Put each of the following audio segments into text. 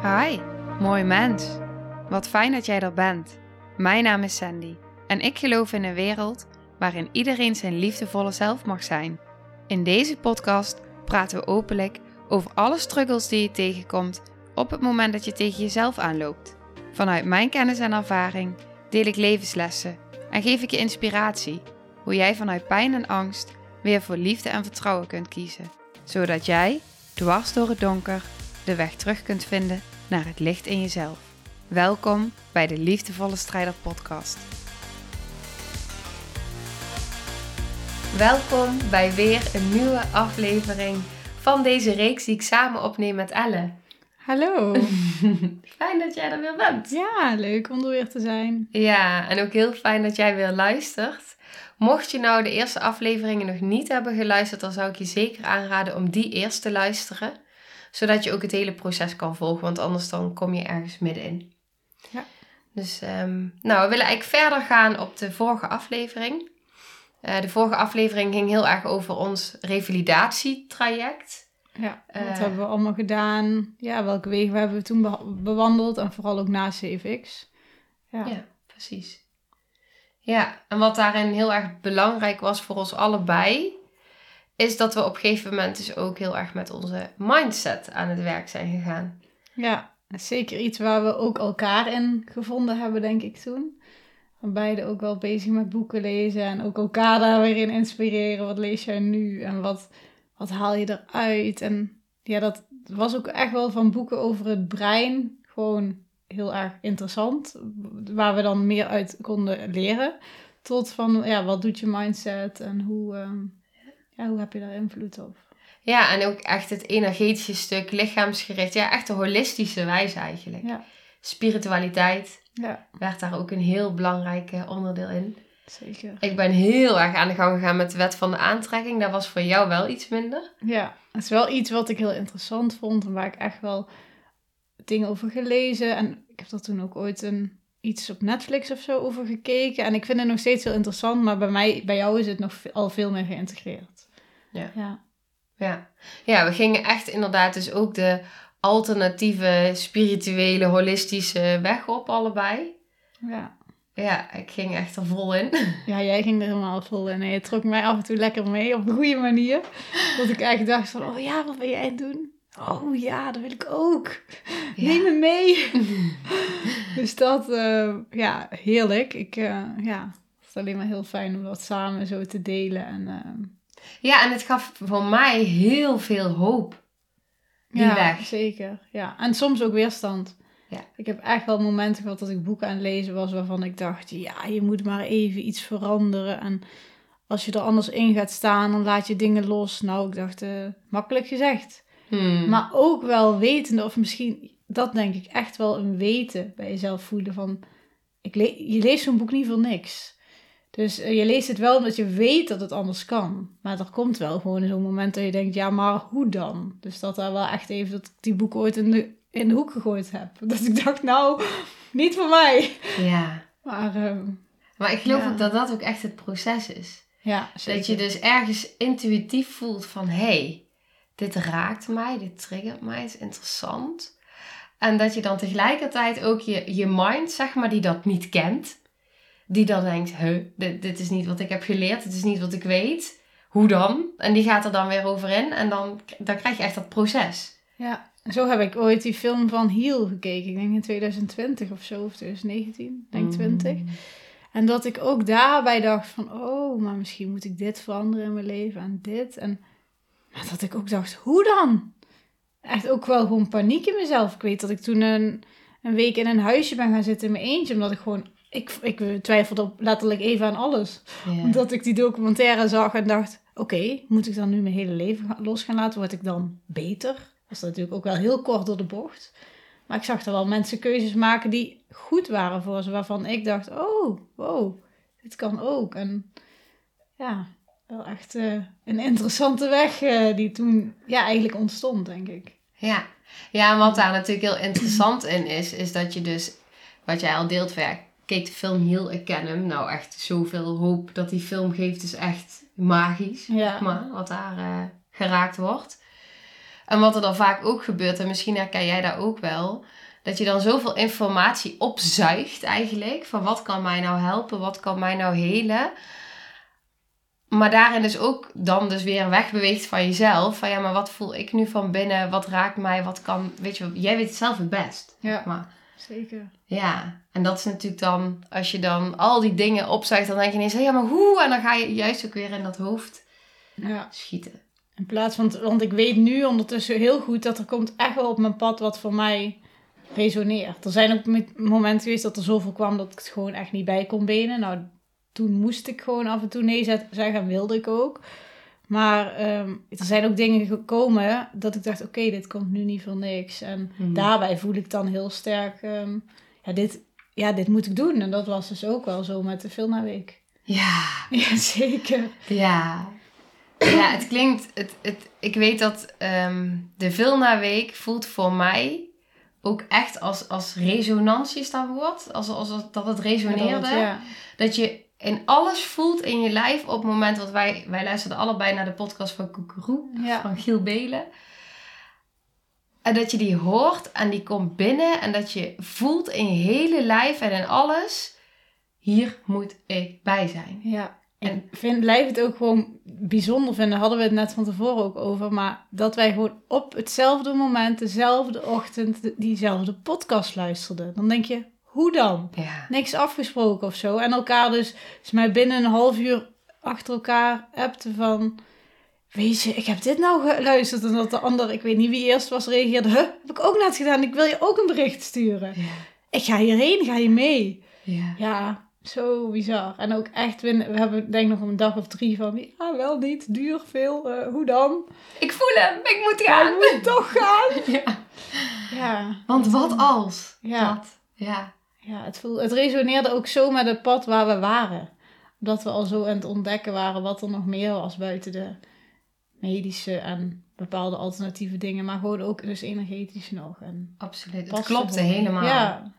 Hi, mooi mens. Wat fijn dat jij er bent. Mijn naam is Sandy en ik geloof in een wereld waarin iedereen zijn liefdevolle zelf mag zijn. In deze podcast praten we openlijk over alle struggles die je tegenkomt op het moment dat je tegen jezelf aanloopt. Vanuit mijn kennis en ervaring deel ik levenslessen en geef ik je inspiratie hoe jij vanuit pijn en angst weer voor liefde en vertrouwen kunt kiezen. Zodat jij, dwars door het donker, de weg terug kunt vinden naar het licht in jezelf. Welkom bij de Liefdevolle Strijder podcast. Welkom bij weer een nieuwe aflevering van deze reeks die ik samen opneem met Elle. Hallo. Fijn dat jij er weer bent. Ja, leuk om er weer te zijn. Ja, en ook heel fijn dat jij weer luistert. Mocht je nou de eerste afleveringen nog niet hebben geluisterd, dan zou ik je zeker aanraden om die eerst te luisteren. Zodat je ook het hele proces kan volgen, want anders dan kom je ergens middenin. Ja. Dus we willen eigenlijk verder gaan op de vorige aflevering. De vorige aflevering ging heel erg over ons revalidatietraject. Ja, wat hebben we allemaal gedaan? Ja, welke wegen hebben we toen bewandeld en vooral ook na CFX. Ja, precies. Ja, en wat daarin heel erg belangrijk was voor ons allebei, is dat we op een gegeven moment dus ook heel erg met onze mindset aan het werk zijn gegaan. Ja, zeker iets waar we ook elkaar in gevonden hebben, denk ik toen. We beide ook wel bezig met boeken lezen en ook elkaar daar weer in inspireren. Wat lees jij nu en wat haal je eruit? En ja, dat was ook echt wel van boeken over het brein gewoon heel erg interessant. Waar we dan meer uit konden leren. Tot van, ja, wat doet je mindset en hoe heb je daar invloed op? Ja, en ook echt het energetische stuk, lichaamsgericht. Ja, echt een holistische wijze eigenlijk. Ja. Spiritualiteit werd daar ook een heel belangrijk onderdeel in. Zeker. Ik ben heel erg aan de gang gegaan met de wet van de aantrekking. Dat was voor jou wel iets minder. Ja, het is wel iets wat ik heel interessant vond. En waar ik echt wel dingen over gelezen. En ik heb er toen ook ooit iets op Netflix of zo over gekeken. En ik vind het nog steeds heel interessant. Maar bij jou is het nog al veel meer geïntegreerd. Ja, we gingen echt inderdaad dus ook de alternatieve, spirituele, holistische weg op allebei. Ja, ik ging echt er vol in. Ja, jij ging er helemaal vol in. En je trok mij af en toe lekker mee op een goede manier. Dat ik echt dacht van, oh ja, wat ben jij aan het doen? Oh ja, dat wil ik ook. Ja. Neem me mee. Dus dat, heerlijk. Het is alleen maar heel fijn om dat samen zo te delen. Ja, en het gaf voor mij heel veel hoop. Die weg. Zeker. Ja, en soms ook weerstand. Ja. Ik heb echt wel momenten gehad dat ik boeken aan het lezen was waarvan ik dacht, ja, je moet maar even iets veranderen. En als je er anders in gaat staan, dan laat je dingen los. Nou, ik dacht, makkelijk gezegd. Maar ook wel wetende, of misschien, dat denk ik echt wel een weten bij jezelf voelen van, je leest zo'n boek niet voor niks. Dus je leest het wel omdat je weet dat het anders kan. Maar er komt wel gewoon zo'n moment dat je denkt, ja, maar hoe dan? Dus dat daar wel echt even, dat ik die boek ooit in de hoek gegooid heb. Dat ik dacht, nou, niet voor mij. Ja. Maar ik geloof ook dat dat ook echt het proces is. Ja, zeker. Dat je dus ergens intuïtief voelt van, hey, dit raakt mij, dit triggert mij, het is interessant. En dat je dan tegelijkertijd ook je mind, zeg maar, die dat niet kent, die dan denkt, dit is niet wat ik heb geleerd, dit is niet wat ik weet. Hoe dan? En die gaat er dan weer over in en dan krijg je echt dat proces. Ja, zo heb ik ooit die film van Heal gekeken. Ik denk in 2020 of zo, of 2019, denk 20. En dat ik ook daarbij dacht van, oh, maar misschien moet ik dit veranderen in mijn leven en dit. Maar dat ik ook dacht, hoe dan? Echt ook wel gewoon paniek in mezelf. Ik weet dat ik toen een week in een huisje ben gaan zitten in mijn eentje, omdat ik gewoon, ik twijfelde op letterlijk even aan alles. Yeah. Omdat ik die documentaire zag en dacht, oké, moet ik dan nu mijn hele leven los gaan laten? Word ik dan beter? Dat is natuurlijk ook wel heel kort door de bocht. Maar ik zag er wel mensen keuzes maken die goed waren voor ze. Waarvan ik dacht, oh, wow, dit kan ook. En ja, wel echt een interessante weg die toen eigenlijk ontstond, denk ik. Ja, en wat daar natuurlijk heel interessant in is dat je dus, wat jij al deelt, keek de film Heal Again. Nou, echt zoveel hoop dat die film geeft is echt magisch. Ja. Maar wat daar geraakt wordt. En wat er dan vaak ook gebeurt, en misschien herken jij dat ook wel, dat je dan zoveel informatie opzuigt eigenlijk, van wat kan mij nou helpen, wat kan mij nou helen, maar daarin dus ook dan dus weer wegbeweegt van jezelf, van ja, maar wat voel ik nu van binnen, wat raakt mij, wat kan, weet je, jij weet het zelf het best. Ja, maar. Zeker. Ja, en dat is natuurlijk dan, als je dan al die dingen opzuigt, dan denk je ineens, ja, maar hoe? En dan ga je juist ook weer in dat hoofd schieten. In plaats van, want ik weet nu ondertussen heel goed dat er komt echt wel op mijn pad wat voor mij resoneert. Er zijn ook momenten geweest dat er zoveel kwam dat ik het gewoon echt niet bij kon benen. Nou, toen moest ik gewoon af en toe nee zeggen en wilde ik ook. Maar er zijn ook dingen gekomen dat ik dacht, oké, dit komt nu niet voor niks. En daarbij voel ik dan heel sterk, dit moet ik doen. En dat was dus ook wel zo met de Vilna-week. Ja. Ja, zeker. Ja. Ja, het klinkt... ik weet dat de Vilna-week voelt voor mij ook echt als resonantie is dat woord. Als dat het resoneerde. Dat je in alles voelt in je lijf op het moment... Want wij luisterden allebei naar de podcast van Koekeroe. Van Giel Belen. En dat je die hoort en die komt binnen. En dat je voelt in je hele lijf en in alles... Hier moet ik bij zijn. Ja. En blijf het ook gewoon bijzonder vinden. Daar hadden we het net van tevoren ook over. Maar dat wij gewoon op hetzelfde moment, dezelfde ochtend, diezelfde podcast luisterden. Dan denk je, hoe dan? Ja. Niks afgesproken of zo. En elkaar dus mij binnen een half uur achter elkaar appten van... Weet je, ik heb dit nou geluisterd. En dat de ander, ik weet niet wie eerst was, reageerde. Heb ik ook net gedaan. Ik wil je ook een bericht sturen. Ja. Ik ga hierheen, ga je mee? Ja. Zo bizar. En ook echt, we hebben denk ik nog een dag of 3 van... Ja, wel niet, duur, veel, hoe dan? Ik voel hem, ik moet gaan. Ik moet toch gaan. Ja. Want wat als? Ja. Dat. Ja. Ja, het resoneerde ook zo met het pad waar we waren. Omdat we al zo aan het ontdekken waren wat er nog meer was buiten de medische en bepaalde alternatieve dingen. Maar gewoon ook dus energetisch nog. En absoluut, het klopte helemaal. Ja.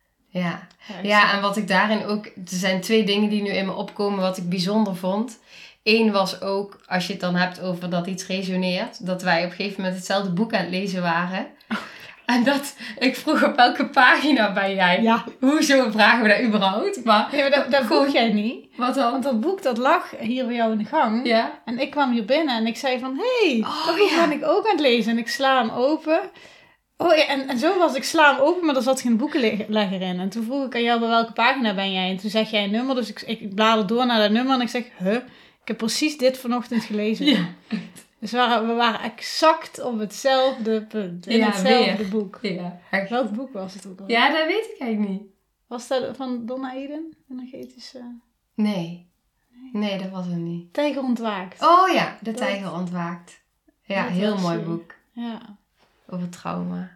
Ja, en wat ik daarin ook... Er zijn 2 dingen die nu in me opkomen wat ik bijzonder vond. 1 was ook, als je het dan hebt over dat iets resoneert... dat wij op een gegeven moment hetzelfde boek aan het lezen waren. En dat ik vroeg op welke pagina ben jij? Ja. Hoezo vragen we dat überhaupt? Maar dat vroeg jij niet. Wat dan? Want dat boek dat lag hier bij jou in de gang. Ja. En ik kwam hier binnen en ik zei van... dat boek ben ik ook aan het lezen. En ik sla hem open... Oh ja, en zo was ik sla hem open, maar er zat geen boekenlegger in. En toen vroeg ik aan jou, bij welke pagina ben jij? En toen zeg jij een nummer, dus ik blader door naar dat nummer en ik zeg, ik heb precies dit vanochtend gelezen. Ja. Dus we waren exact op hetzelfde punt, in hetzelfde boek. Ja. Welk boek was het ook al? Ja, dat weet ik eigenlijk niet. Was dat van Donna Eden? Energetische... Nee, dat was het niet. Tijger ontwaakt. Oh ja, De Tijger ontwaakt. Ja, heel mooi boek. Ja. Over trauma,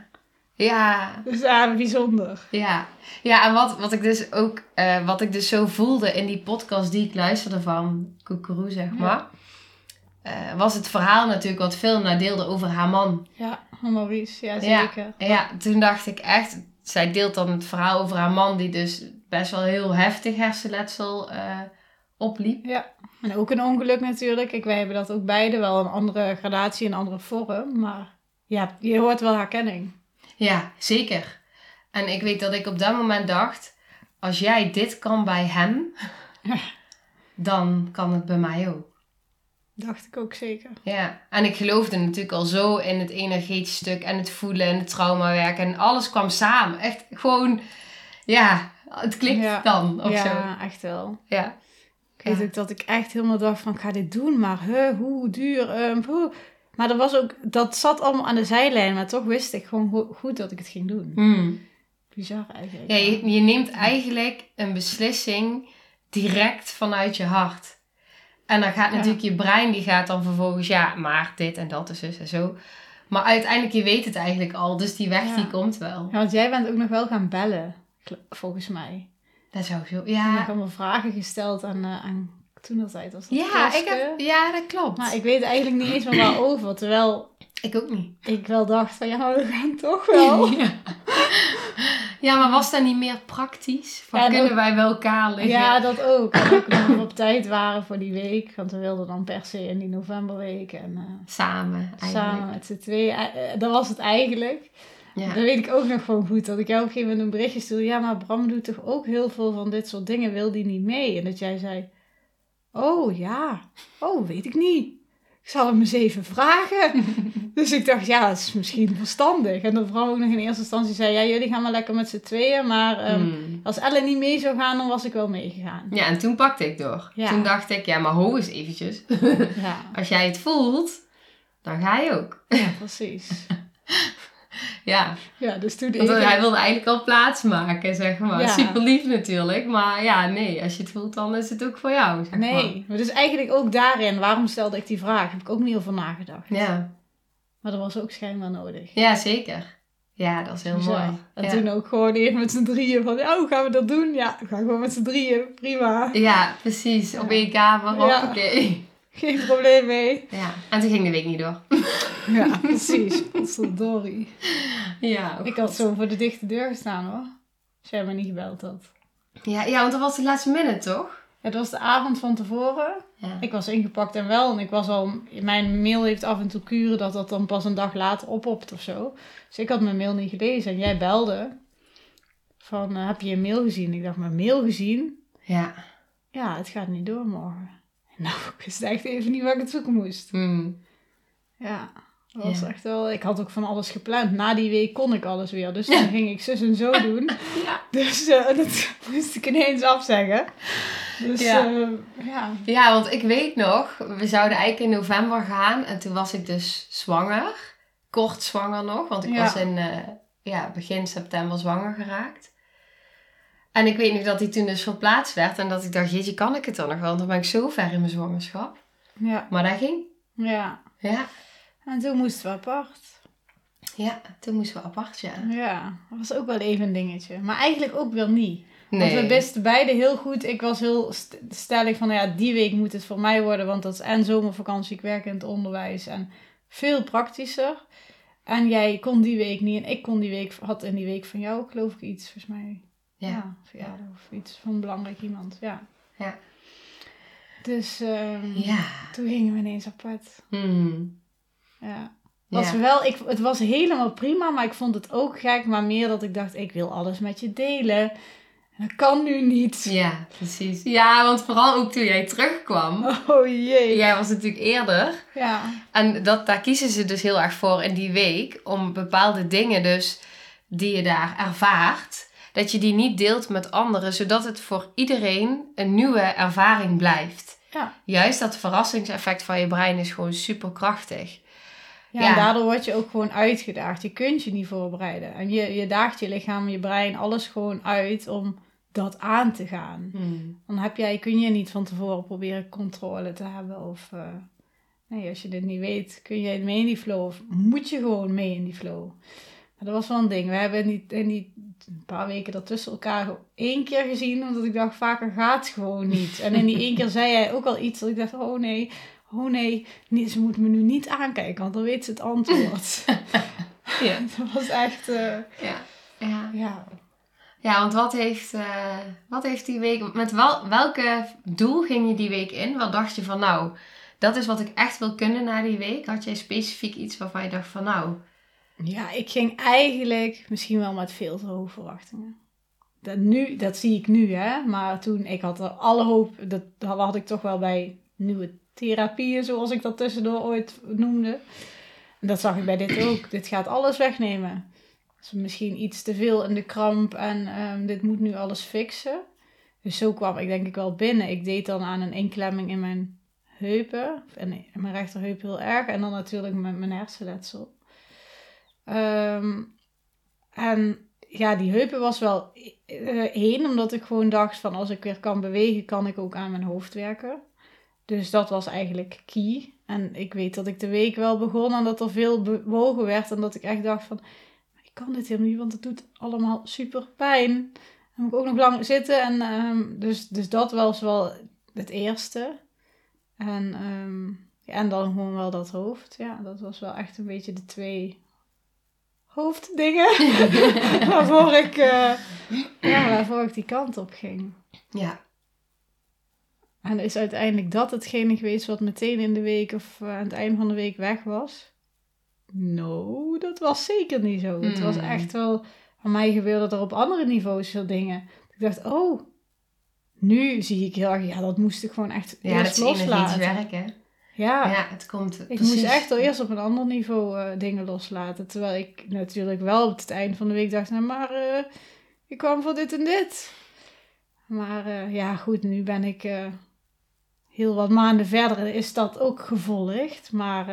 ja. Dus bijzonder. Ja, en wat ik dus ook, wat ik dus zo voelde in die podcast die ik luisterde van Koekeroe, zeg maar. Was het verhaal natuurlijk wat Vilna deelde over haar man. Ja, Maurice, ja zeker. Ja, toen dacht ik echt, zij deelt dan het verhaal over haar man die dus best wel heel heftig hersenletsel opliep. Ja, en ook een ongeluk natuurlijk. Wij hebben dat ook beide, wel een andere gradatie, een andere vorm, maar... Ja, je hoort wel herkenning. Ja, zeker. En ik weet dat ik op dat moment dacht... Als jij dit kan bij hem... dan kan het bij mij ook. Dacht ik ook zeker. Ja, en ik geloofde natuurlijk al zo in het energetische stuk... en het voelen en het traumawerk. En alles kwam samen. Echt gewoon... Ja, het klikt dan of zo. Ja, echt wel. Ja. Ik weet ook dat ik echt helemaal dacht van... Ik ga dit doen, maar hoe duur... Maar er was ook, dat zat allemaal aan de zijlijn, maar toch wist ik gewoon goed dat ik het ging doen. Bizar eigenlijk. Ja, je neemt eigenlijk een beslissing direct vanuit je hart. En dan gaat natuurlijk je brein, die gaat dan vervolgens, maar dit en dat is dus en zo. Maar uiteindelijk, je weet het eigenlijk al, dus die weg die komt wel. Ja, want jij bent ook nog wel gaan bellen, volgens mij. Dat zou zo, Ik heb allemaal vragen gesteld aan toen dat tijd was dat dat klopt. Maar ik weet eigenlijk niet eens meer waarover. Terwijl ik ook niet. Ik wel dacht van we gaan toch wel. Ja, maar was dat niet meer praktisch? Van, Ja, kunnen ook- wij bij elkaar liggen? Ja, dat ook. En ook nog op tijd waren voor die week. Want we wilden dan per se in die novemberweek. En Samen, eigenlijk. samen met z'n tweeën. Dat was het eigenlijk. Ja. Dat weet ik ook nog gewoon goed. Dat ik jou op een gegeven moment een berichtje stuurde. Ja, maar Bram doet toch ook heel veel van dit soort dingen. Wil die niet mee? En dat jij zei... Oh, ja. Oh, weet ik niet. Ik zal hem eens even vragen. Dus ik dacht, ja, dat is misschien verstandig. En dat Bram ook nog in eerste instantie zei... Ja, jullie gaan maar lekker met z'n tweeën. Maar als Ellen niet mee zou gaan, dan was ik wel meegegaan. Ja, en toen pakte ik door. Ja. Toen dacht ik, ja, maar ho eens eventjes. Ja, Als jij het voelt, dan ga je ook. ja precies. Ja, Ja, dus toen want hij wilde eigenlijk al plaats maken, zeg maar. Ja. Super lief natuurlijk. Maar ja, nee, als je het voelt, dan is het ook voor jou, zeg maar. Nee, maar dus eigenlijk ook daarin, waarom stelde ik die vraag? Heb ik ook niet over nagedacht. Ja. Maar dat was ook schijnbaar nodig. Ja, zeker. Ja, dat is heel Bizar. mooi. En Ja. toen ook gewoon even met z'n drieën van, ja, hoe gaan we dat doen? Ja, we gaan gewoon met z'n drieën, prima. Ja, precies. Op Ja. één kamer, Ja. hoppakee. Geen probleem mee. Ja, en toen ging de week niet door. Ja, precies. Potverdorie. Ja, oh Ik had God. zo voor de dichte deur gestaan hoor. Als jij me niet gebeld had. Ja, want dat was de laatste minute, toch? Het was de avond van tevoren. Ja. Ik was ingepakt en wel. En ik was al... Mijn mail heeft af en toe kuren dat dat dan pas een dag later oppopt of zo. Dus ik had mijn mail niet gelezen. En jij belde. Van, heb je je mail gezien? Ik dacht, mijn mail gezien? Ja. Ja, het gaat niet door morgen. Nou, ik wist echt even niet waar ik het zoeken moest. Ja, dat was Ja. echt wel... Ik had ook van alles gepland. Na die week kon ik alles weer. Dus dan ging ik zus en zo doen. Ja. Dus dat moest ik ineens afzeggen. Dus Ja. ja. Ja, want ik weet nog, we zouden eigenlijk in november gaan. En toen was ik dus zwanger. Kort zwanger nog, want ik Ja. was in begin september zwanger geraakt. En ik weet nog dat die toen dus verplaatst werd. En dat ik dacht, jeetje, kan ik het dan nog wel? Want dan ben ik zo ver in mijn zwangerschap. Ja. Maar dat ging. Ja. Ja. En toen moesten we apart. Ja, toen moesten we apart, ja. Ja, dat was ook wel even een dingetje. Maar eigenlijk ook wel niet. Nee. Want we wisten beide heel goed. Ik was heel stellig van, ja, die week moet het voor mij worden. Want dat is en zomervakantie, ik werk in het onderwijs. En veel praktischer. En jij kon die week niet. En ik kon die week, had in die week van jou ook, geloof ik, iets. Volgens mij, Ja. verjaardag of iets van belangrijk iemand. Ja. Ja. Dus Ja. toen gingen we ineens apart. Ja. Was Ja. wel, het was helemaal prima, maar ik vond het ook gek. Maar meer dat ik dacht, ik wil alles met je delen. En dat kan nu niet. Ja, precies. Ja, want vooral ook toen jij terugkwam. Oh jee. Jij was natuurlijk eerder. Ja. En daar kiezen ze dus heel erg voor in die week. Om bepaalde dingen dus die je daar ervaart. Dat je die niet deelt met anderen. Zodat het voor iedereen een nieuwe ervaring blijft. Ja. Juist dat verrassingseffect van je brein is gewoon super krachtig. Ja, Ja. en daardoor word je ook gewoon uitgedaagd. Je kunt je niet voorbereiden. En je daagt je lichaam, je brein, alles gewoon uit om dat aan te gaan. Dan kun je niet van tevoren proberen controle te hebben. Of nee, als je dit niet weet, kun je mee in die flow. Of moet je gewoon mee in die flow. Maar dat was wel een ding. We hebben in die een paar weken ertussen elkaar 1 keer gezien. Omdat ik dacht, vaker gaat het gewoon niet. En in die 1 keer zei jij ook al iets dat ik dacht, oh nee, ze moet me nu niet aankijken, want dan weet ze het antwoord. Ja. Dat was echt, Ja. ja. Ja, want wat heeft die week... Met welke doel ging je die week in? Wat dacht je van, nou, dat is wat ik echt wil kunnen na die week? Had jij specifiek iets waarvan je dacht van, nou... Ja, ik ging eigenlijk misschien wel met veel te hoge verwachtingen. Dat zie ik nu, hè. Maar toen, ik had er alle hoop, dat had ik toch wel bij nieuwe therapieën, zoals ik dat tussendoor ooit noemde. En dat zag ik bij dit ook. Dit gaat alles wegnemen. Dus misschien iets te veel in de kramp en dit moet nu alles fixen. Dus zo kwam ik denk ik wel binnen. Ik deed dan aan een inklemming in mijn heupen. En in mijn rechterheup heel erg. En dan natuurlijk met mijn hersenletsel. En ja, die heupen was wel omdat ik gewoon dacht van als ik weer kan bewegen, kan ik ook aan mijn hoofd werken. Dus dat was eigenlijk key. En ik weet dat ik de week wel begon en dat er veel bewogen werd. En dat ik echt dacht van, ik kan dit helemaal niet, want het doet allemaal super pijn. Dan moet ik ook nog lang zitten. En dus dat was wel het eerste. En dan gewoon wel dat hoofd. Ja, dat was wel echt een beetje de 2 hoofddingen waarvoor ik die kant op ging. Ja. En is uiteindelijk dat hetgene geweest wat meteen in de week of aan het eind van de week weg was? No, dat was zeker niet zo. Het was echt wel, aan mij gebeurde er op andere niveaus veel dingen. Ik dacht, oh, nu zie ik heel erg, ja, dat moest ik gewoon echt eerst loslaten. Ja, dat is energetisch werk, hè? Ja, het komt ik moest echt al eerst op een ander niveau dingen loslaten. Terwijl ik natuurlijk wel op het eind van de week dacht, nou, maar ik kwam voor dit en dit. Maar ja, goed, nu ben ik heel wat maanden verder. Is dat ook gevolgd, maar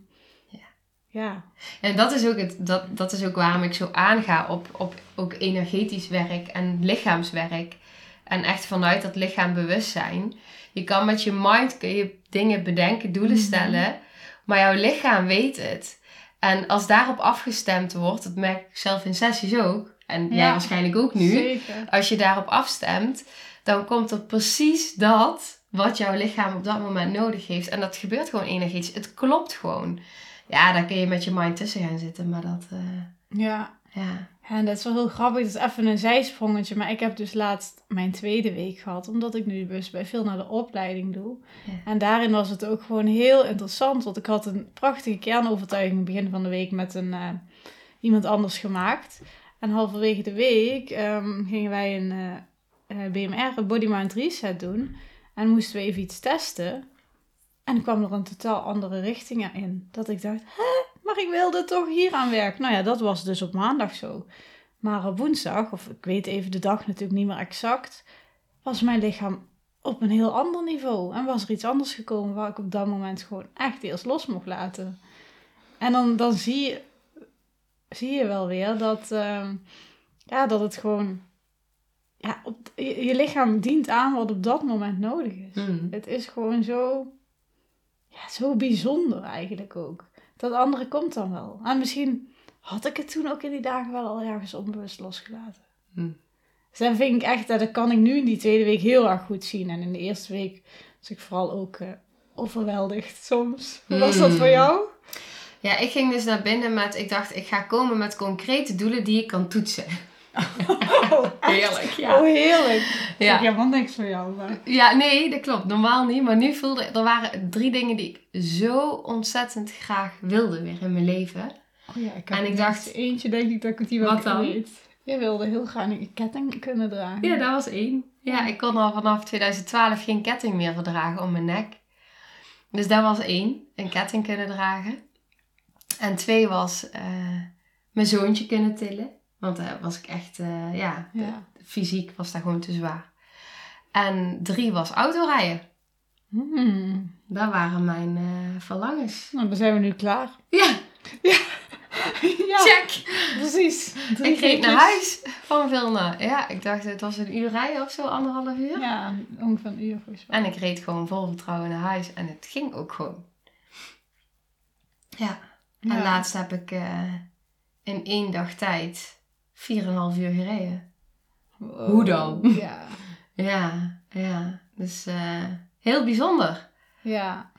ja. En dat is ook waarom ik zo aanga op ook energetisch werk en lichaamswerk. En echt vanuit dat lichaam bewustzijn. Je kan met je mind dingen bedenken, doelen stellen. Maar jouw lichaam weet het. En als daarop afgestemd wordt, dat merk ik zelf in sessies ook. En jij waarschijnlijk ook nu. Zeker. Als je daarop afstemt, dan komt er precies dat wat jouw lichaam op dat moment nodig heeft. En dat gebeurt gewoon energetisch. Het klopt gewoon. Ja, daar kun je met je mind tussen gaan zitten. Maar dat... Ja, en dat is wel heel grappig. Dat is even een zijsprongetje. Maar ik heb dus laatst mijn tweede week gehad. Omdat ik nu dus bij veel naar de opleiding doe. Ja. En daarin was het ook gewoon heel interessant. Want ik had een prachtige kernovertuiging begin van de week met iemand anders gemaakt. En halverwege de week gingen wij een BMR, een Body Mind Reset doen. En moesten we even iets testen. En kwam er een totaal andere richting in. Dat ik dacht, maar ik wilde toch hier aan werken. Nou ja, dat was dus op maandag zo. Maar op woensdag, of ik weet even de dag natuurlijk niet meer exact, was mijn lichaam op een heel ander niveau. En was er iets anders gekomen waar ik op dat moment gewoon echt eerst los mocht laten. En dan zie je wel weer dat het gewoon... Ja, je lichaam dient aan wat op dat moment nodig is. Het is gewoon zo bijzonder eigenlijk ook. Dat andere komt dan wel. En misschien had ik het toen ook in die dagen wel al ergens onbewust losgelaten. Dus dan vind ik echt, dat kan ik nu in die tweede week heel erg goed zien. En in de eerste week was ik vooral ook overweldigd soms. Hoe was dat voor jou? Ja, ik ging dus naar binnen ik dacht, ik ga komen met concrete doelen die ik kan toetsen. Heerlijk, ja. Oh, heerlijk. Ja. Ik heb helemaal niks voor jou. Maar... Ja, nee, dat klopt. Normaal niet. Maar nu er waren 3 dingen die ik zo ontzettend graag wilde weer in mijn leven. Oh ja, ik dacht... Eentje denk ik dat ik het hier wel weet. Jij wilde heel graag een ketting kunnen dragen. Ja, dat was 1. Ja, ik kon al vanaf 2012 geen ketting meer verdragen om mijn nek. Dus dat was 1. Een ketting kunnen dragen. En 2 was mijn zoontje kunnen tillen. Want daar was ik echt, fysiek was dat gewoon te zwaar. En 3 was autorijden. Dat waren mijn verlangens. Nou, dan zijn we nu klaar. Ja. Check. Precies. Ik reed naar huis van Vilna. Ja, ik dacht het was een uur rijden of zo, 1,5 uur. Ja, ongeveer een uur volgens mij. En ik reed gewoon vol vertrouwen naar huis. En het ging ook gewoon. Ja. En laatst heb ik in 1 dag tijd 4,5 uur gereden. Wow. Hoe dan? Ja. Ja. Dus heel bijzonder. Ja.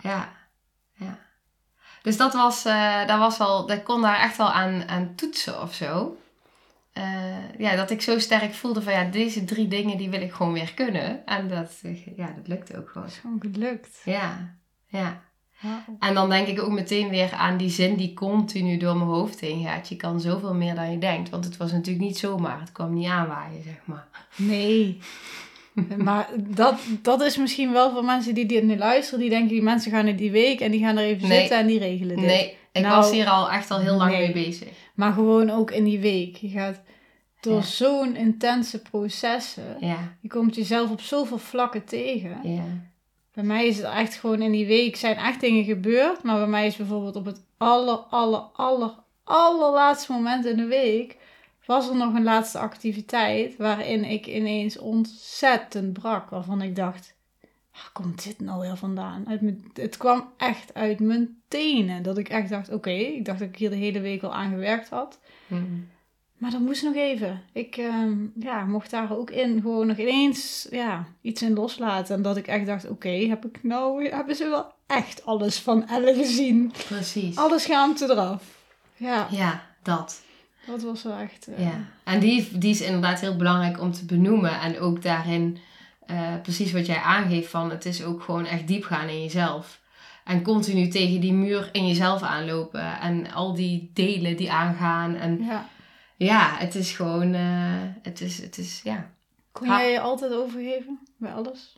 Dus dat kon daar echt wel aan toetsen of zo. Dat ik zo sterk voelde van deze 3 dingen die wil ik gewoon weer kunnen. En dat lukte ook gewoon. Dat is gewoon gelukt. Ja. Wow. En dan denk ik ook meteen weer aan die zin die continu door mijn hoofd heen gaat. Je kan zoveel meer dan je denkt. Want het was natuurlijk niet zomaar. Het kwam niet aanwaaien, zeg maar. Nee. Maar dat is misschien wel voor mensen die nu luisteren. Die denken, die mensen gaan in die week en die gaan er even zitten en die regelen dit. Nee, ik was hier al echt heel lang mee bezig. Maar gewoon ook in die week. Je gaat door zo'n intense processen. Ja. Je komt jezelf op zoveel vlakken tegen. Ja. Bij mij is het echt gewoon in die week zijn echt dingen gebeurd. Maar bij mij is bijvoorbeeld op het allerlaatste moment in de week... was er nog een laatste activiteit waarin ik ineens ontzettend brak. Waarvan ik dacht, waar komt dit nou weer vandaan? Het kwam echt uit mijn tenen. Dat ik echt dacht, oké, ik dacht dat ik hier de hele week al aan gewerkt had. Maar dat moest nog even. Ik mocht daar ook in gewoon nog ineens iets in loslaten. En dat ik echt dacht, oké, hebben ze wel echt alles van Elle gezien? Precies. Alle schaamte eraf. Ja. Ja, dat. Dat was wel echt... Ja, en die is inderdaad heel belangrijk om te benoemen. En ook daarin, precies wat jij aangeeft van, het is ook gewoon echt diep gaan in jezelf. En continu tegen die muur in jezelf aanlopen. En al die delen die aangaan. En ja het is gewoon, het is ja. Kon jij je altijd overgeven bij alles?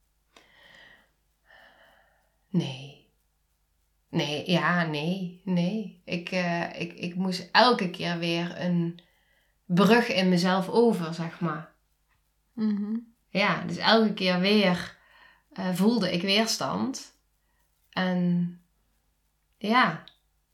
Nee. Ik moest elke keer weer een brug in mezelf over, zeg maar. Mm-hmm. Ja, dus elke keer weer voelde ik weerstand. En ja,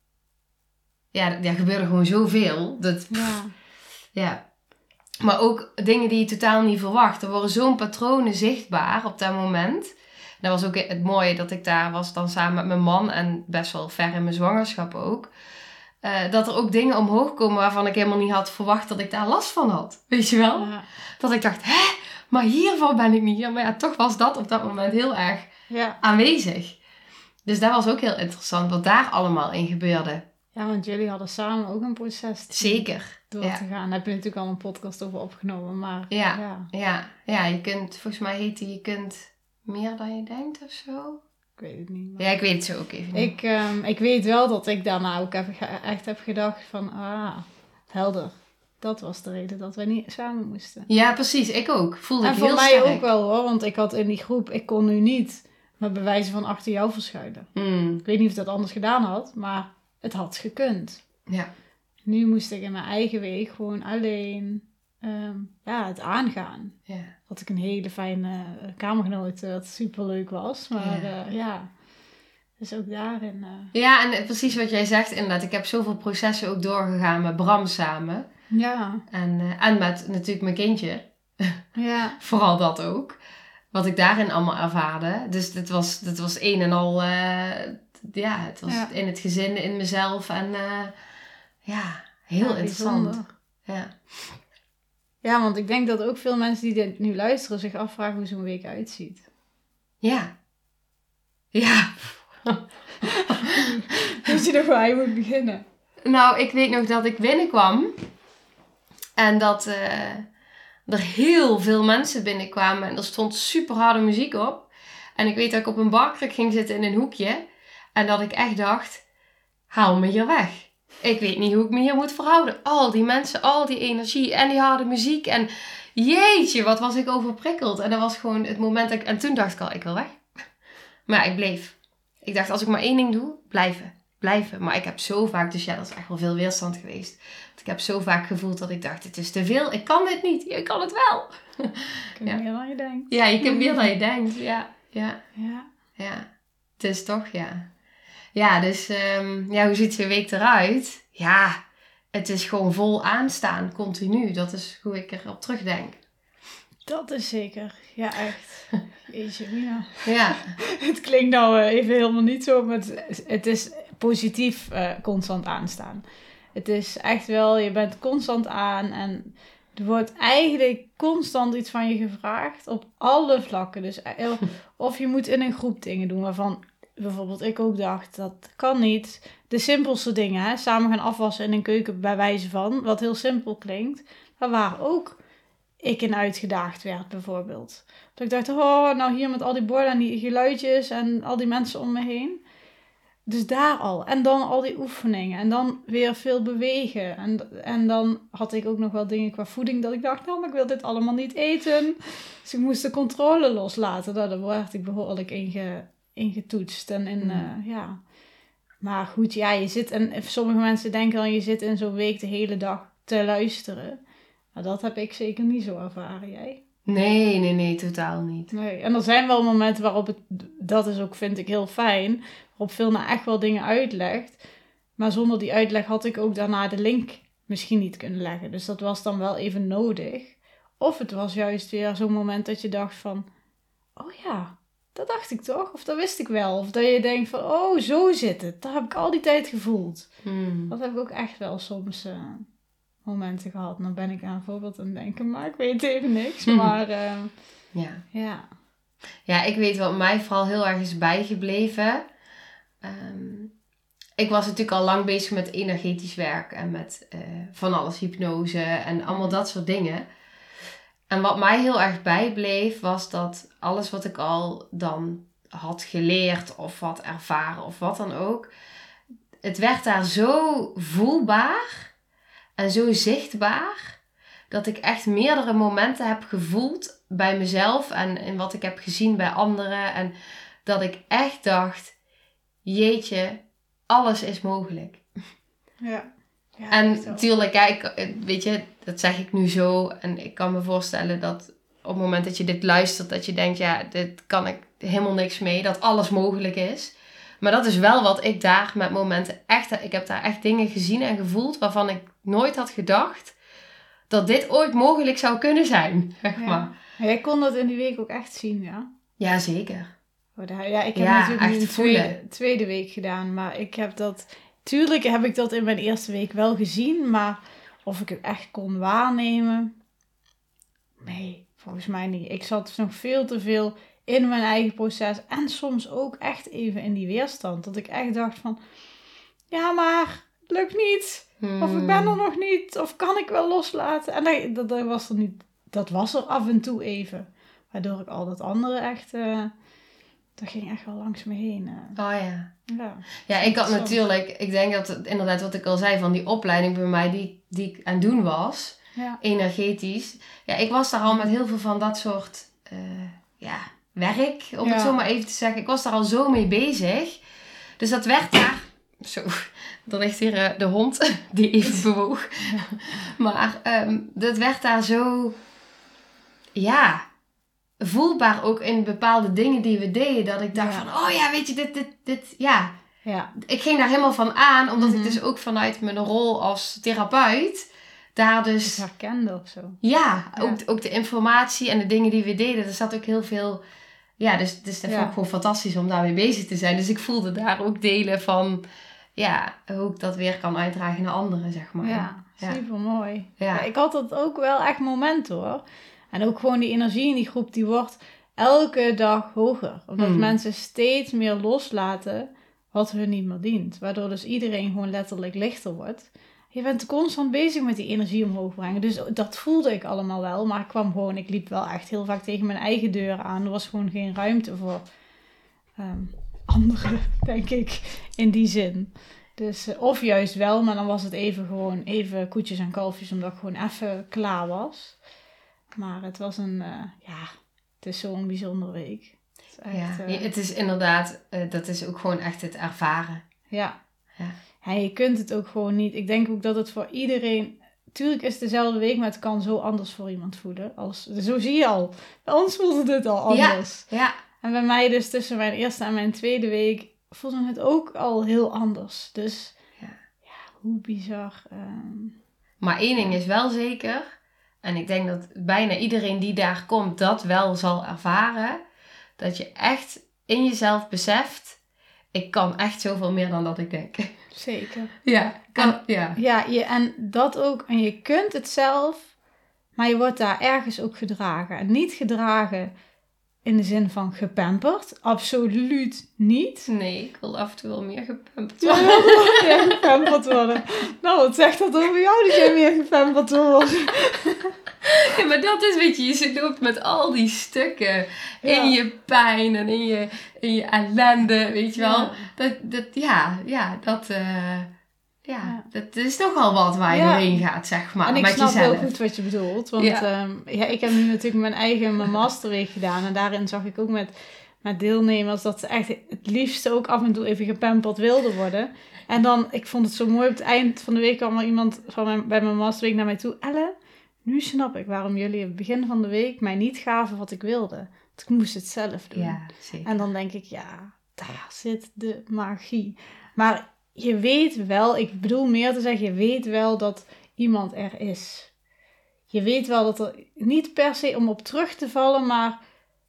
er gebeurde gewoon zoveel. Ja. Maar ook dingen die je totaal niet verwacht. Er worden zo'n patronen zichtbaar op dat moment. Dat was ook het mooie dat ik daar was dan samen met mijn man. En best wel ver in mijn zwangerschap ook. Dat er ook dingen omhoog komen waarvan ik helemaal niet had verwacht dat ik daar last van had. Weet je wel? Ja. Dat ik dacht, maar hiervan ben ik niet hier. Maar ja, toch was dat op dat moment heel erg aanwezig. Dus dat was ook heel interessant wat daar allemaal in gebeurde. Ja, want jullie hadden samen ook een proces Zeker. Door te gaan. Daar heb je natuurlijk al een podcast over opgenomen. Maar ja, je kunt, volgens mij heet die, je kunt meer dan je denkt of zo. Ik weet het niet. Maar... Ja, ik weet het zo ook even niet. Ik weet wel dat ik daarna ook echt heb gedacht van, helder. Dat was de reden dat wij niet samen moesten. Ja, precies. Ik ook. Voelde ik heel sterk. En voor mij ook wel hoor. Want ik had in die groep, ik kon nu niet met bewijzen van achter jou verschuilen. Ik weet niet of ik dat anders gedaan had, maar het had gekund. Ja. Nu moest ik in mijn eigen weg gewoon alleen het aangaan. Ja. Had ik een hele fijne kamergenoot, wat superleuk was. Maar dus ook daarin... Ja, en precies wat jij zegt inderdaad. Ik heb zoveel processen ook doorgegaan met Bram samen. Ja. En met natuurlijk mijn kindje. Ja. Vooral dat ook. Wat ik daarin allemaal ervaarde. Dus dit was een en al... het was in het gezin, in mezelf. En heel interessant. Bijzonder. Ja. Ja, want ik denk dat ook veel mensen die dit nu luisteren zich afvragen hoe zo'n week uitziet. Ja. Ja. Weet je nog waar je moet beginnen? Nou, ik weet nog dat ik binnenkwam. En dat er heel veel mensen binnenkwamen. En er stond super harde muziek op. En ik weet dat ik op een barkruk ging zitten in een hoekje. En dat ik echt dacht, haal me hier weg. Ik weet niet hoe ik me hier moet verhouden. Al die mensen, al die energie en die harde muziek. En jeetje, wat was ik overprikkeld. En dat was gewoon het moment dat en toen dacht ik al, ik wil weg. Maar ja, ik bleef. Ik dacht, als ik maar één ding doe, blijven. Maar ik heb zo vaak, dus ja, dat is echt wel veel weerstand geweest. Want ik heb zo vaak gevoeld dat ik dacht, het is te veel. Ik kan dit niet. Ik kan het wel. Je kunt meer dan je denkt. Ja, je kunt meer dan je denkt. Ja. Het is toch, Ja, dus hoe ziet je week eruit? Ja, het is gewoon vol aanstaan, continu. Dat is hoe ik erop terugdenk. Dat is zeker. Ja, echt. Jeetje, Mina. Ja. Het klinkt nou even helemaal niet zo, maar het is positief constant aanstaan. Het is echt wel, je bent constant aan en er wordt eigenlijk constant iets van je gevraagd op alle vlakken. Dus of je moet in een groep dingen doen waarvan bijvoorbeeld ik ook dacht, dat kan niet. De simpelste dingen, hè? Samen gaan afwassen in een keuken bij wijze van, wat heel simpel klinkt, maar waar ook ik in uitgedaagd werd bijvoorbeeld. Dat ik dacht, nou hier met al die borden en die geluidjes en al die mensen om me heen. Dus daar al. En dan al die oefeningen. En dan weer veel bewegen. En dan had ik ook nog wel dingen qua voeding dat ik dacht, maar ik wil dit allemaal niet eten. Dus ik moest de controle loslaten. Daar werd ik behoorlijk in getoetst. En Maar goed, je zit, en sommige mensen denken dan, je zit in zo'n week de hele dag te luisteren. Maar dat heb ik zeker niet zo ervaren, jij? Nee, totaal niet. Nee, en er zijn wel momenten waarop dat is ook, vind ik, heel fijn, waarop Vilna echt wel dingen uitlegt. Maar zonder die uitleg had ik ook daarna de link misschien niet kunnen leggen. Dus dat was dan wel even nodig. Of het was juist weer zo'n moment dat je dacht van, oh ja, dat dacht ik toch? Of dat wist ik wel. Of dat je denkt van, oh, zo zit het. Dat heb ik al die tijd gevoeld. Dat heb ik ook echt wel soms momenten gehad. Dan ben ik aan een voorbeeld aan het denken, maar ik weet even niks. Maar Ja, ik weet wat mij vooral heel erg is bijgebleven. ik was natuurlijk al lang bezig met energetisch werk en met van alles, hypnose en allemaal dat soort dingen. En wat mij heel erg bijbleef was dat alles wat ik al dan had geleerd of had ervaren of wat dan ook, het werd daar zo voelbaar en zo zichtbaar dat ik echt meerdere momenten heb gevoeld bij mezelf en in wat ik heb gezien bij anderen. En dat ik echt dacht, jeetje, alles is mogelijk. Ja. Ja, En natuurlijk, weet je, dat zeg ik nu zo. En ik kan me voorstellen dat op het moment dat je dit luistert, dat je denkt, ja, dit kan ik helemaal niks mee. Dat alles mogelijk is. Maar dat is wel wat ik daar met momenten echt... Ik heb daar echt dingen gezien en gevoeld waarvan ik nooit had gedacht dat dit ooit mogelijk zou kunnen zijn. Zeg maar. Ja. Jij kon dat in die week ook echt zien, ja? Ja, zeker. Ja, ik heb natuurlijk nu de tweede week gedaan, maar ik heb dat... Tuurlijk heb ik dat in mijn eerste week wel gezien, maar of ik het echt kon waarnemen... Nee, volgens mij niet. Ik zat nog veel te veel in mijn eigen proces en soms ook echt even in die weerstand. Dat ik echt dacht van, ja, maar het lukt niet. Of ik ben er nog niet. Of kan ik wel loslaten? En dat was er af en toe even. Waardoor ik al dat andere echt... dat ging echt wel langs me heen. Oh ja. Ja, ik had natuurlijk... Ik denk dat inderdaad wat ik al zei van die opleiding bij mij die ik aan het doen was. Ja. Energetisch. Ja, ik was daar al met heel veel van dat soort werk. Om het zo maar even te zeggen. Ik was daar al zo mee bezig. Dus dat werd daar... Zo, er ligt hier de hond die even bewoog. Maar dat werd daar zo... Ja... voelbaar ook in bepaalde dingen die we deden. Dat ik dacht van, oh ja, weet je, dit ja. Ik ging daar helemaal van aan. Omdat ik dus ook vanuit mijn rol als therapeut... daar dus... Het herkende of zo. Ja, ook de informatie en de dingen die we deden. Er zat ook heel veel... Ja, dus dat vond ik gewoon fantastisch om daarmee bezig te zijn. Dus ik voelde daar ook delen van... Ja, hoe ik dat weer kan uitdragen naar anderen, zeg maar. Ja, supermooi. Ja, ik had dat ook wel echt momenten, hoor. En ook gewoon die energie in die groep, die wordt elke dag hoger. Omdat mensen steeds meer loslaten wat hun niet meer dient. Waardoor dus iedereen gewoon letterlijk lichter wordt. Je bent constant bezig met die energie omhoog brengen. Dus dat voelde ik allemaal wel. Maar ik liep wel echt heel vaak tegen mijn eigen deur aan. Er was gewoon geen ruimte voor anderen, denk ik, in die zin. Dus, of juist wel, maar dan was het even koetjes en kalfjes, omdat ik gewoon even klaar was. Maar het was het is zo'n bijzondere week. Het is echt, het is inderdaad, dat is ook gewoon echt het ervaren. Ja. En je kunt het ook gewoon niet. Ik denk ook dat het voor iedereen... Tuurlijk is het dezelfde week, maar het kan zo anders voor iemand voelen. Zo zie je al. Bij ons voelde het al anders. Ja. En bij mij dus tussen mijn eerste en mijn tweede week voelde het ook al heel anders. Dus hoe bizar. Maar één ding is wel zeker. En ik denk dat bijna iedereen die daar komt dat wel zal ervaren. Dat je echt in jezelf beseft. Ik kan echt zoveel meer dan dat ik denk. Zeker. En dat ook. En je kunt het zelf. Maar je wordt daar ergens ook gedragen. En niet gedragen in de zin van gepamperd. Absoluut niet. Nee, ik wil af en toe wel meer gepamperd worden. Ja, gepamperd worden. Nou, wat zegt dat over jou dat jij meer gepamperd wordt? Ja, maar dat is, weet je loopt met al die stukken in je pijn en in je ellende, weet je wel. Dat is nogal wat waar je doorheen gaat, zeg maar. En ik met snap jezelf. heel goed wat je bedoelt. Want ik heb nu natuurlijk mijn masterweek gedaan. En daarin zag ik ook met deelnemers dat ze echt het liefste ook af en toe even gepamperd wilden worden. En dan, ik vond het zo mooi, op het eind van de week kwam er iemand bij mijn masterweek naar mij toe. Elle, nu snap ik waarom jullie op het begin van de week mij niet gaven wat ik wilde. Want ik moest het zelf doen. Ja, zeker. En dan denk ik, daar zit de magie. Maar je weet wel, ik bedoel meer te zeggen, je weet wel dat iemand er is. Je weet wel dat er, niet per se om op terug te vallen, maar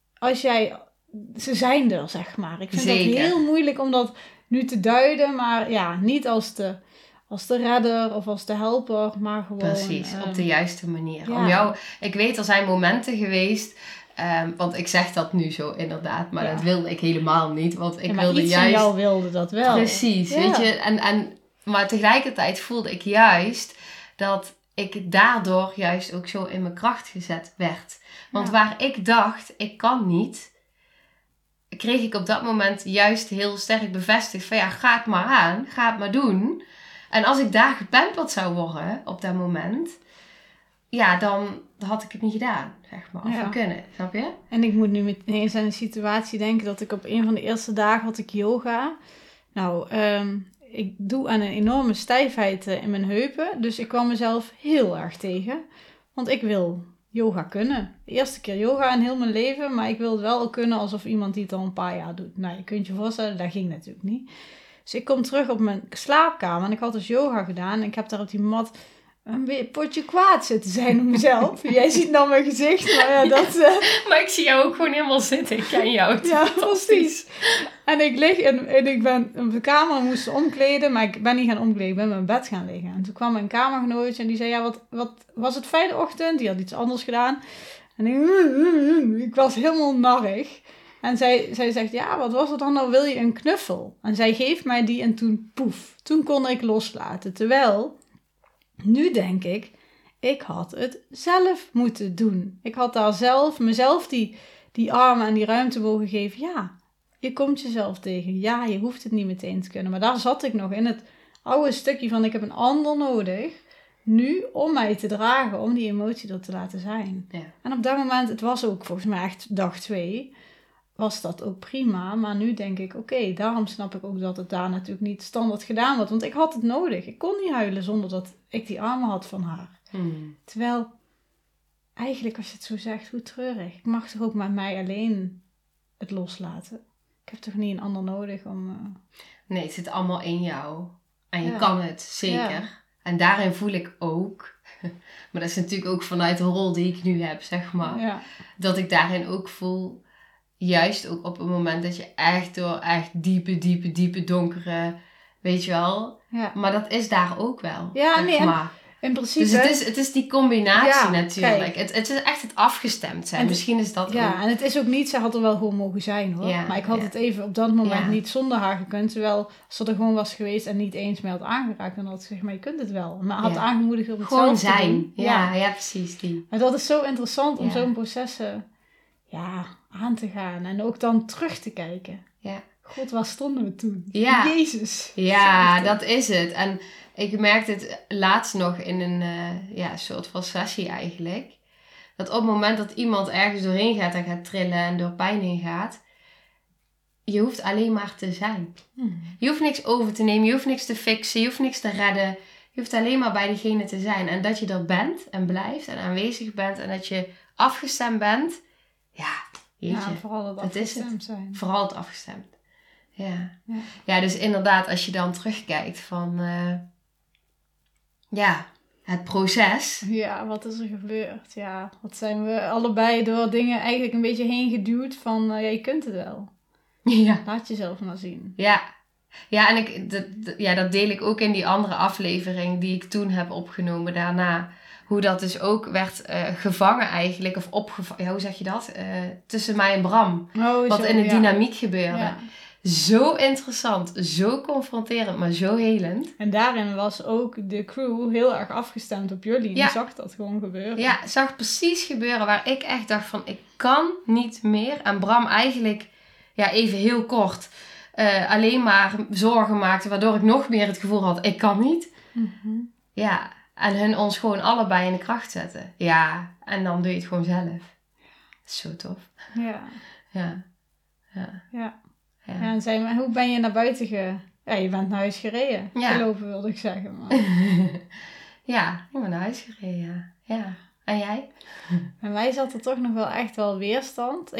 ze zijn er, zeg maar. Ik vind het heel moeilijk om dat nu te duiden, maar niet als de redder of als de helper, maar gewoon... Precies, op de juiste manier. Ik weet, er zijn momenten geweest Want ik zeg dat nu zo inderdaad, maar Ja. dat wilde ik helemaal niet. Want ik maar wilde iets juist... van jou wilde dat wel. Precies, Ja. weet je. Maar tegelijkertijd voelde ik juist dat ik daardoor juist ook zo in mijn kracht gezet werd. Want Ja. waar ik dacht, ik kan niet, kreeg ik op dat moment juist heel sterk bevestigd van ja, ga het maar aan, ga het maar doen. En als ik daar gepamperd zou worden op dat moment, ja, dan had ik het niet gedaan, zeg maar. Of Ja. kunnen, snap je? En ik moet nu ineens aan een situatie denken dat ik op een van de eerste dagen had ik yoga. Nou, ik doe aan een enorme stijfheid in mijn heupen. Dus ik kwam mezelf heel erg tegen. Want ik wil yoga kunnen. De eerste keer yoga in heel mijn leven. Maar ik wil het wel kunnen alsof iemand die het al een paar jaar doet. Nou, je kunt je voorstellen, dat ging natuurlijk niet. Dus ik kom terug op mijn slaapkamer. En ik had dus yoga gedaan. En ik heb daar op die mat een potje kwaad zitten zijn op mezelf. Jij ziet nou mijn gezicht. Maar ja, dat... Maar ik zie jou ook gewoon helemaal zitten. Ik ken jou. Het is Ja, fantastisch. En ik lig en ik ben op de kamer en moest omkleden, maar ik ben niet gaan omkleden, ik ben in mijn bed gaan liggen. En toen kwam mijn kamergenootje en die zei, ja, wat was het fijne ochtend? Die had iets anders gedaan. En ik was helemaal narrig. En zij zegt, ja, wat was het dan nou? Wil je een knuffel? En zij geeft mij die en toen, poef, toen kon ik loslaten. Terwijl, nu denk ik had het zelf moeten doen. Ik had daar mezelf die armen en die ruimte mogen geven. Ja, je komt jezelf tegen. Ja, je hoeft het niet meteen te kunnen. Maar daar zat ik nog in het oude stukje van ik heb een ander nodig. Nu om mij te dragen, om die emotie er te laten zijn. Ja. En op dat moment, het was ook volgens mij echt dag 2, was dat ook prima. Maar nu denk ik, oké, daarom snap ik ook dat het daar natuurlijk niet standaard gedaan wordt. Want ik had het nodig. Ik kon niet huilen zonder dat ik die armen had van haar. Terwijl, eigenlijk als je het zo zegt, hoe treurig. Ik mag toch ook met mij alleen het loslaten. Ik heb toch niet een ander nodig om... Nee, het zit allemaal in jou. En je Ja. kan het, zeker. Ja. En daarin voel ik ook, maar dat is natuurlijk ook vanuit de rol die ik nu heb, zeg maar. Ja, Dat ik daarin ook voel, juist ook op het moment dat je echt door echt diepe donkere, weet je wel. ja. Maar dat is daar ook wel, Ja, zeg nee, en maar. in principe... Dus het is die combinatie Ja, natuurlijk. kijk. Het is echt het afgestemd zijn. En Misschien is dat ook. Ja, en het is ook niet, ze had er wel gewoon mogen zijn hoor. Ja, maar ik had ja. het even op dat moment Ja. niet zonder haar gekund. Terwijl als ze er gewoon was geweest en niet eens mee had aangeraakt, dan had ze gezegd, maar je kunt het wel. Maar had Ja. aangemoedigd om het Gewoon zelf te zijn. doen. Ja, precies die. Maar dat is zo interessant om Ja. zo'n processen aan te gaan. En ook dan terug te kijken. Ja. God, waar stonden we toen? Ja. Jezus. Ja, Zo dat is het. En ik merkte het laatst nog in een soort van sessie eigenlijk. Dat op het moment dat iemand ergens doorheen gaat en gaat trillen en door pijn heen gaat, je hoeft alleen maar te zijn. Je hoeft niks over te nemen, je hoeft niks te fixen, je hoeft niks te redden. Je hoeft alleen maar bij diegene te zijn. En dat je er bent en blijft en aanwezig bent en dat je afgestemd bent. Ja, jeetje. Ja, vooral het Dat is afgestemd zijn. Vooral het afgestemd. Ja. Ja. Ja, dus inderdaad, als je dan terugkijkt van... het proces. Ja, wat is er gebeurd? Ja, wat zijn we allebei door dingen eigenlijk een beetje heen geduwd van, je kunt het wel. Ja. Laat jezelf maar zien. Ja. Ja, en dat deel ik ook in die andere aflevering die ik toen heb opgenomen daarna. Hoe dat dus ook werd gevangen eigenlijk, of opgevangen, hoe zeg je dat? Tussen mij en Bram. Oh, Wat zo, in de ja. dynamiek gebeurde. Ja. Zo interessant, zo confronterend, maar zo helend. En daarin was ook de crew heel erg afgestemd op jullie. En Ja. je zag dat gewoon gebeuren. Ja, zag precies gebeuren waar ik echt dacht van, ik kan niet meer. En Bram eigenlijk, even heel kort, alleen maar zorgen maakte, waardoor ik nog meer het gevoel had, ik kan niet. Mhm. Ja, en hun ons gewoon allebei in de kracht zetten. Ja, en dan doe je het gewoon zelf. Dat is zo tof. Ja. Ja. Ja. Ja. Ja, en zei, maar hoe ben je naar buiten Ja, je bent naar huis gereden. Ja. Gelopen wilde ik zeggen. Maar... Ja, ik ben naar huis gereden. Ja. En jij? Bij mij zat er toch nog wel echt wel weerstand.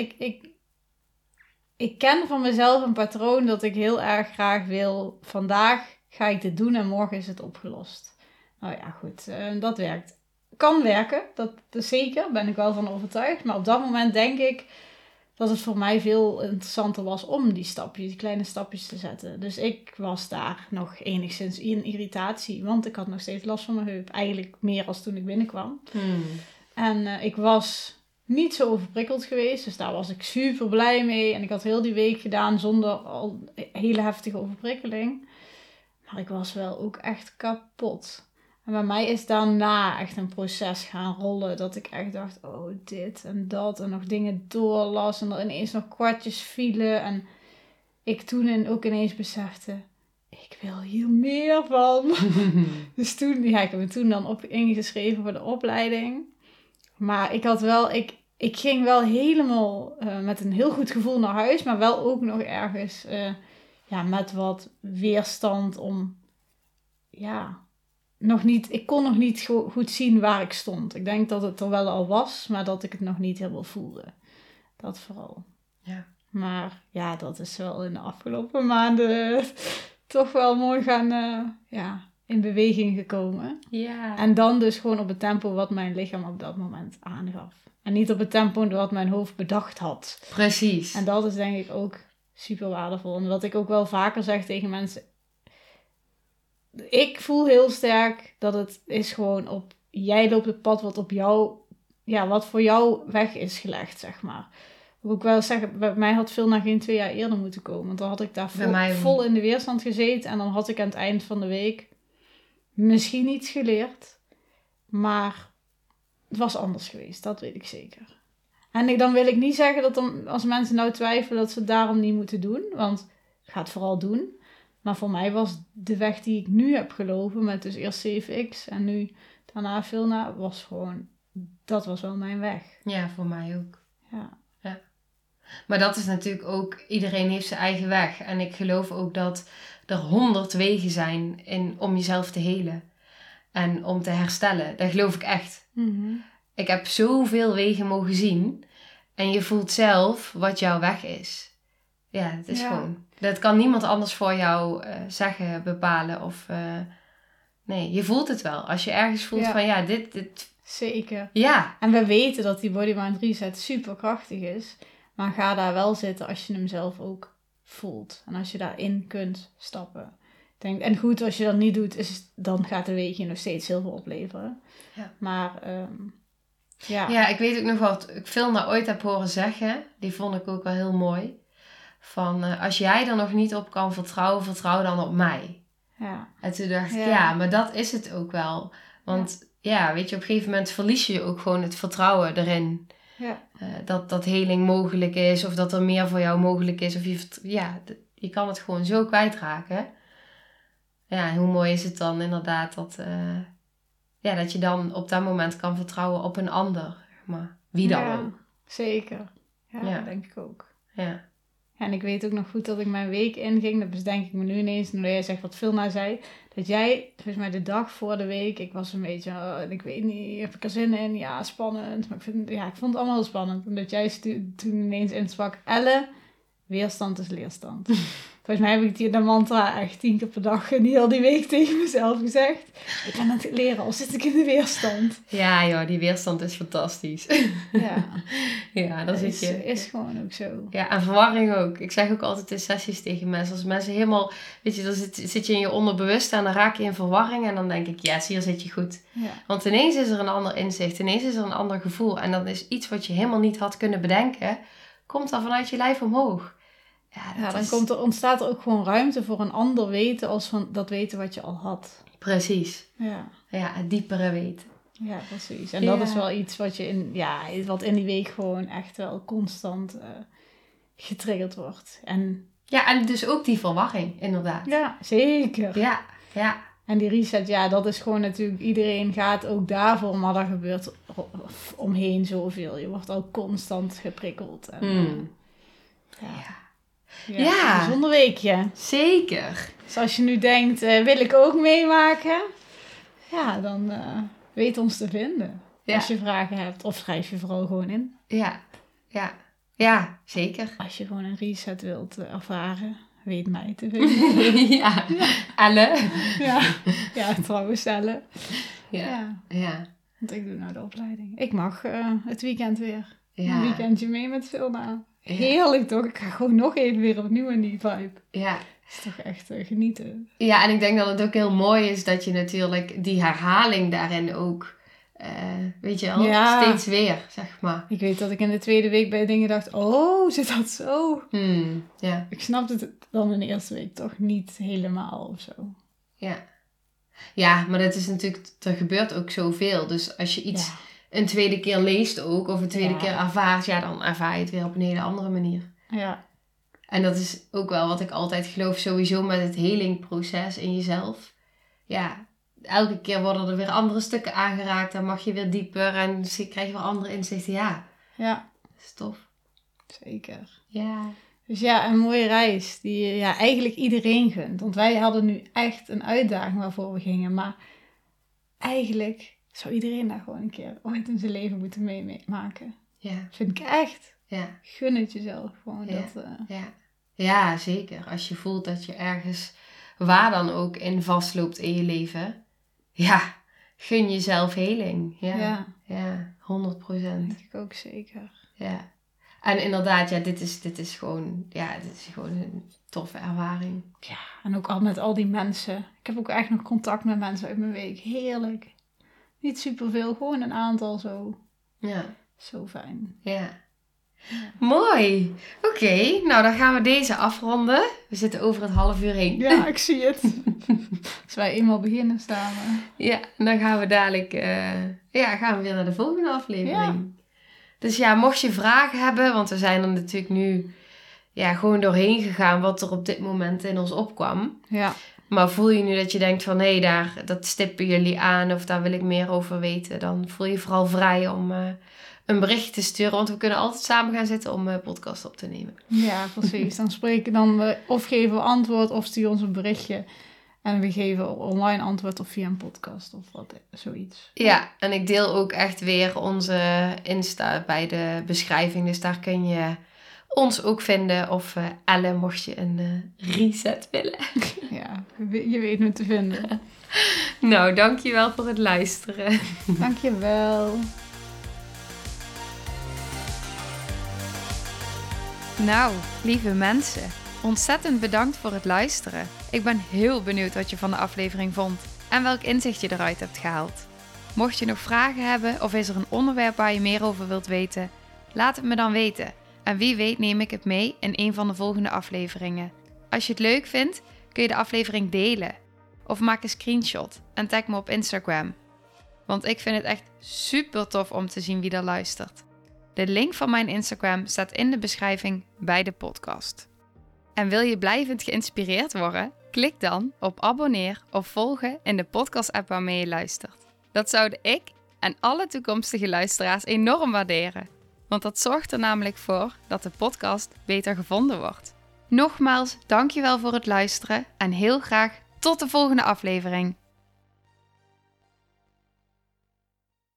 Ik ken van mezelf een patroon dat ik heel erg graag wil. Vandaag ga ik dit doen en morgen is het opgelost. Nou ja, goed. Dat werkt. Kan werken, dat is zeker. Daar ben ik wel van overtuigd. Maar op dat moment denk ik dat het voor mij veel interessanter was om die kleine stapjes te zetten. Dus ik was daar nog enigszins in irritatie. Want ik had nog steeds last van mijn heup. Eigenlijk meer als toen ik binnenkwam. En ik was niet zo overprikkeld geweest. Dus daar was ik super blij mee. En ik had heel die week gedaan zonder al hele heftige overprikkeling. Maar ik was wel ook echt kapot. En bij mij is daarna echt een proces gaan rollen. Dat ik echt dacht, oh dit en dat. En nog dingen doorlas. En er ineens nog kwartjes vielen. En ik toen ook ineens besefte, ik wil hier meer van. Dus toen, ik heb me toen dan ingeschreven voor de opleiding. Maar ik ging wel helemaal met een heel goed gevoel naar huis. Maar wel ook nog ergens met wat weerstand om, ik kon nog niet goed zien waar ik stond. Ik denk dat het er wel al was, maar dat ik het nog niet helemaal voelde. Dat vooral. Ja. Maar ja, dat is wel in de afgelopen maanden toch wel mooi gaan in beweging gekomen. Ja. En dan dus gewoon op het tempo wat mijn lichaam op dat moment aangaf. En niet op het tempo wat mijn hoofd bedacht had. Precies. En dat is denk ik ook super waardevol. En wat ik ook wel vaker zeg tegen mensen. Ik voel heel sterk dat het is gewoon jij loopt het pad wat op jou, wat voor jou weg is gelegd, zeg maar. Moet ik wel zeggen, bij mij had Vilna geen 2 jaar eerder moeten komen. Want dan had ik daar vol in de weerstand gezeten. En dan had ik aan het eind van de week misschien iets geleerd. Maar het was anders geweest, dat weet ik zeker. En dan wil ik niet zeggen dat als mensen nou twijfelen dat ze het daarom niet moeten doen. Want ik ga het vooral doen. Maar voor mij was de weg die ik nu heb gelopen, met dus eerst 7X en nu daarna Vilna, dat was wel mijn weg. Ja, voor mij ook. Ja. Maar dat is natuurlijk ook, iedereen heeft zijn eigen weg. En ik geloof ook dat er 100 wegen zijn om jezelf te helen. En om te herstellen. Dat geloof ik echt. Mm-hmm. Ik heb zoveel wegen mogen zien. En je voelt zelf wat jouw weg is. Ja, het is gewoon. Dat kan niemand anders voor jou zeggen, bepalen. Nee, je voelt het wel. Als je ergens voelt van dit. Zeker. Ja. En we weten dat die Body Mind Reset super krachtig is. Maar ga daar wel zitten als je hem zelf ook voelt. En als je daarin kunt stappen. En goed, als je dat niet doet, dan gaat de week je nog steeds heel veel opleveren. Ja. Maar Ja, ik weet ook nog wat ik Vilna ooit heb horen zeggen. Die vond ik ook wel heel mooi. Van als jij er nog niet op kan vertrouwen, vertrouw dan op mij. Ja. En toen dacht ik, maar dat is het ook wel. Want weet je, op een gegeven moment verlies je ook gewoon het vertrouwen erin. Ja. Dat heling mogelijk is. Of dat er meer voor jou mogelijk is. Of je kan het gewoon zo kwijtraken. Ja, hoe mooi is het dan inderdaad dat je dan op dat moment kan vertrouwen op een ander. Maar wie dan ook. Zeker. Ja, dat denk ik ook. Ja. En ik weet ook nog goed dat ik mijn week inging. Dat bedenk ik me nu ineens, nu jij zegt wat Vilna zei. Dat jij, volgens mij de dag voor de week, ik was een beetje, ik weet niet, heb ik er zin in? Ja, spannend. Maar ik vond het allemaal heel spannend. En dat jij toen ineens insprak, Elle, weerstand is leerstand. Volgens mij heb ik de mantra echt 10 keer per dag en heel die week tegen mezelf gezegd. Ik ben aan het leren, al zit ik in de weerstand. Ja joh, die weerstand is fantastisch. Ja, dat is gewoon ook zo. Ja, en verwarring ook. Ik zeg ook altijd in sessies tegen mensen. Als mensen helemaal, weet je, dan zit je in je onderbewuste en dan raak je in verwarring. En dan denk ik, yes, hier zit je goed. Ja. Want ineens is er een ander inzicht. Ineens is er een ander gevoel. En dat is iets wat je helemaal niet had kunnen bedenken. Komt dan vanuit je lijf omhoog. Ja, dan ontstaat er ook gewoon ruimte voor een ander weten als van dat weten wat je al had. Precies. Ja, het diepere weten. Ja, precies. En dat is wel iets wat wat in die week gewoon echt wel constant getriggerd wordt. En dus ook die verwarring, inderdaad. Ja, zeker. Ja. En die reset, dat is gewoon natuurlijk, iedereen gaat ook daarvoor, maar er gebeurt omheen zoveel. Je wordt al constant geprikkeld. En, Ja, bijzonder weekje. Zeker. Dus als je nu denkt, wil ik ook meemaken? Ja, dan weet ons te vinden. Ja. Als je vragen hebt. Of schrijf je vooral gewoon in. Ja, zeker. Als je gewoon een reset wilt ervaren, weet mij te vinden. Ja, Elle. Ja, trouwens Elle. Ja. Want ik doe nou de opleiding. Ik mag het weekend weer. Ja. Een weekendje mee met Vilna. Heerlijk toch? Ik ga gewoon nog even weer opnieuw in die vibe. Ja. Het is toch echt genieten. Ja, en ik denk dat het ook heel mooi is dat je natuurlijk die herhaling daarin ook weet je wel, Ja. steeds weer, zeg maar. Ik weet dat ik in de tweede week bij dingen dacht, oh, zit dat zo? Ja, Ik snapte het dan in de eerste week toch niet helemaal of zo. ja. Ja, maar dat is natuurlijk, er gebeurt ook zoveel. Dus als je iets een tweede keer leest ook, of een tweede keer ervaart, ja, dan ervaar je het weer op een hele andere manier. Ja. En dat is ook wel wat ik altijd geloof, sowieso met het healingproces in jezelf. Ja, elke keer worden er weer andere stukken aangeraakt. Dan mag je weer dieper en krijg je weer andere inzichten. Ja, Ja, dat is tof. zeker. Ja. Dus ja, een mooie reis die je eigenlijk iedereen gunt. Want wij hadden nu echt een uitdaging waarvoor we gingen. Maar eigenlijk zou iedereen daar gewoon een keer ooit in zijn leven moeten meemaken. Ja. Vind ik echt. Ja. Gun het jezelf gewoon. Ja. Dat, Ja, zeker. Als je voelt dat je ergens waar dan ook in vastloopt in je leven. Ja, gun jezelf heling. Ja, 100%. denk ik ook zeker. Ja. En inderdaad, ja, dit is gewoon een toffe ervaring. Ja, en ook al met al die mensen. Ik heb ook echt nog contact met mensen uit mijn week. Heerlijk. Niet superveel, gewoon een aantal zo. Ja. Zo fijn. Ja. Mooi. Oké, nou dan gaan we deze afronden. We zitten over het half uur heen. Ja, ik zie het. Als wij eenmaal beginnen samen. Ja, en dan gaan we dadelijk gaan we weer naar de volgende aflevering. Dus ja, mocht je vragen hebben, want we zijn er natuurlijk nu gewoon doorheen gegaan wat er op dit moment in ons opkwam. Ja. Maar voel je nu dat je denkt van dat stippen jullie aan of daar wil ik meer over weten, dan voel je vooral vrij om een bericht te sturen, want we kunnen altijd samen gaan zitten om een podcast op te nemen. Ja, precies. Dan of geven we antwoord of stuur ons een berichtje. En we geven online antwoord of via een podcast of zoiets. Ja, en ik deel ook echt weer onze Insta bij de beschrijving. Dus daar kun je ons ook vinden. Of Elle, mocht je een reset willen. Ja, je weet me te vinden. Nou, dankjewel voor het luisteren. Dankjewel. Nou, lieve mensen, ontzettend bedankt voor het luisteren. Ik ben heel benieuwd wat je van de aflevering vond en welk inzicht je eruit hebt gehaald. Mocht je nog vragen hebben of is er een onderwerp waar je meer over wilt weten, laat het me dan weten. En wie weet neem ik het mee in een van de volgende afleveringen. Als je het leuk vindt, kun je de aflevering delen. Of maak een screenshot en tag me op Instagram. Want ik vind het echt super tof om te zien wie er luistert. De link van mijn Instagram staat in de beschrijving bij de podcast. En wil je blijvend geïnspireerd worden? Klik dan op abonneer of volgen in de podcast-app waarmee je luistert. Dat zouden ik en alle toekomstige luisteraars enorm waarderen. Want dat zorgt er namelijk voor dat de podcast beter gevonden wordt. Nogmaals, dankjewel voor het luisteren en heel graag tot de volgende aflevering.